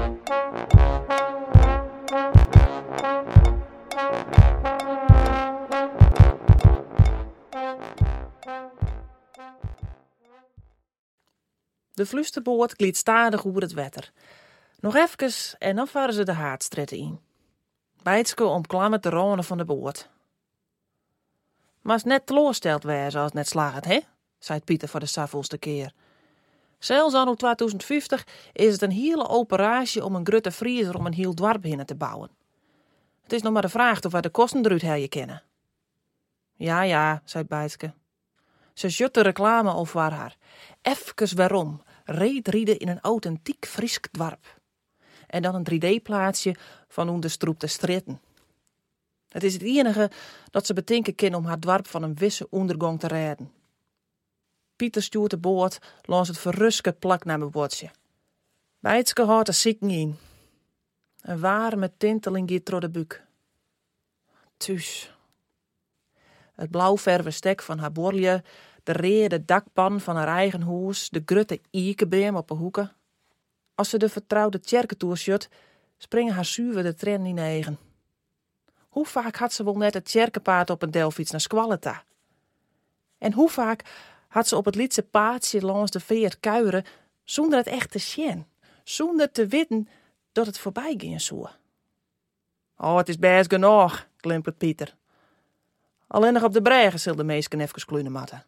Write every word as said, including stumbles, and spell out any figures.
De vlusterboot gliet stadig over het wetter. Nog even en dan varen ze de Haardstret in. Bijtske omklammen de ronen van de boot. Maar is net teleursteld wezen als het net slaagt, hè? Zei Pieter voor de zoveelste keer. Zelfs anno tweeduizend vijftig is het een hele operatie om een grote vriezer om een heel dorp heen te bouwen. Het is nog maar de vraag of wij de kosten eruit heljen kennen. Ja, ja, zei Bijtske. Ze jut de reclame over haar. Efkes waarom, reed rieden in een authentiek Friesk dorp. En dan een drie D-plaatsje van hoe de stroep te stritten. Het is het enige dat ze bedenken kan om haar dorp van een wisse ondergang te redden. Pieter stuurt de boot langs het verruske plak naar mijn bordje. Bijtske houdt de zieken in. Een warme tinteling gaat door de buik. Thuis. Het blauwverven stek van haar borlje, de rode dakpan van haar eigen huis, de grutte iekenbeem op de hoeken. Als ze de vertrouwde tjerkentoer shut, springen haar zuur de tranen in negen. Hoe vaak had ze wel net het tjerkenpaard op een delfiets naar Squalleta? En hoe vaak had ze op het lietse paadje langs de veer kuieren, zonder het echt te zien, zonder te weten dat het voorbij ging zou. Oh, het is best genoeg, klimpert Pieter. Alleen nog op de bregen zullen de meesten even klunen matten.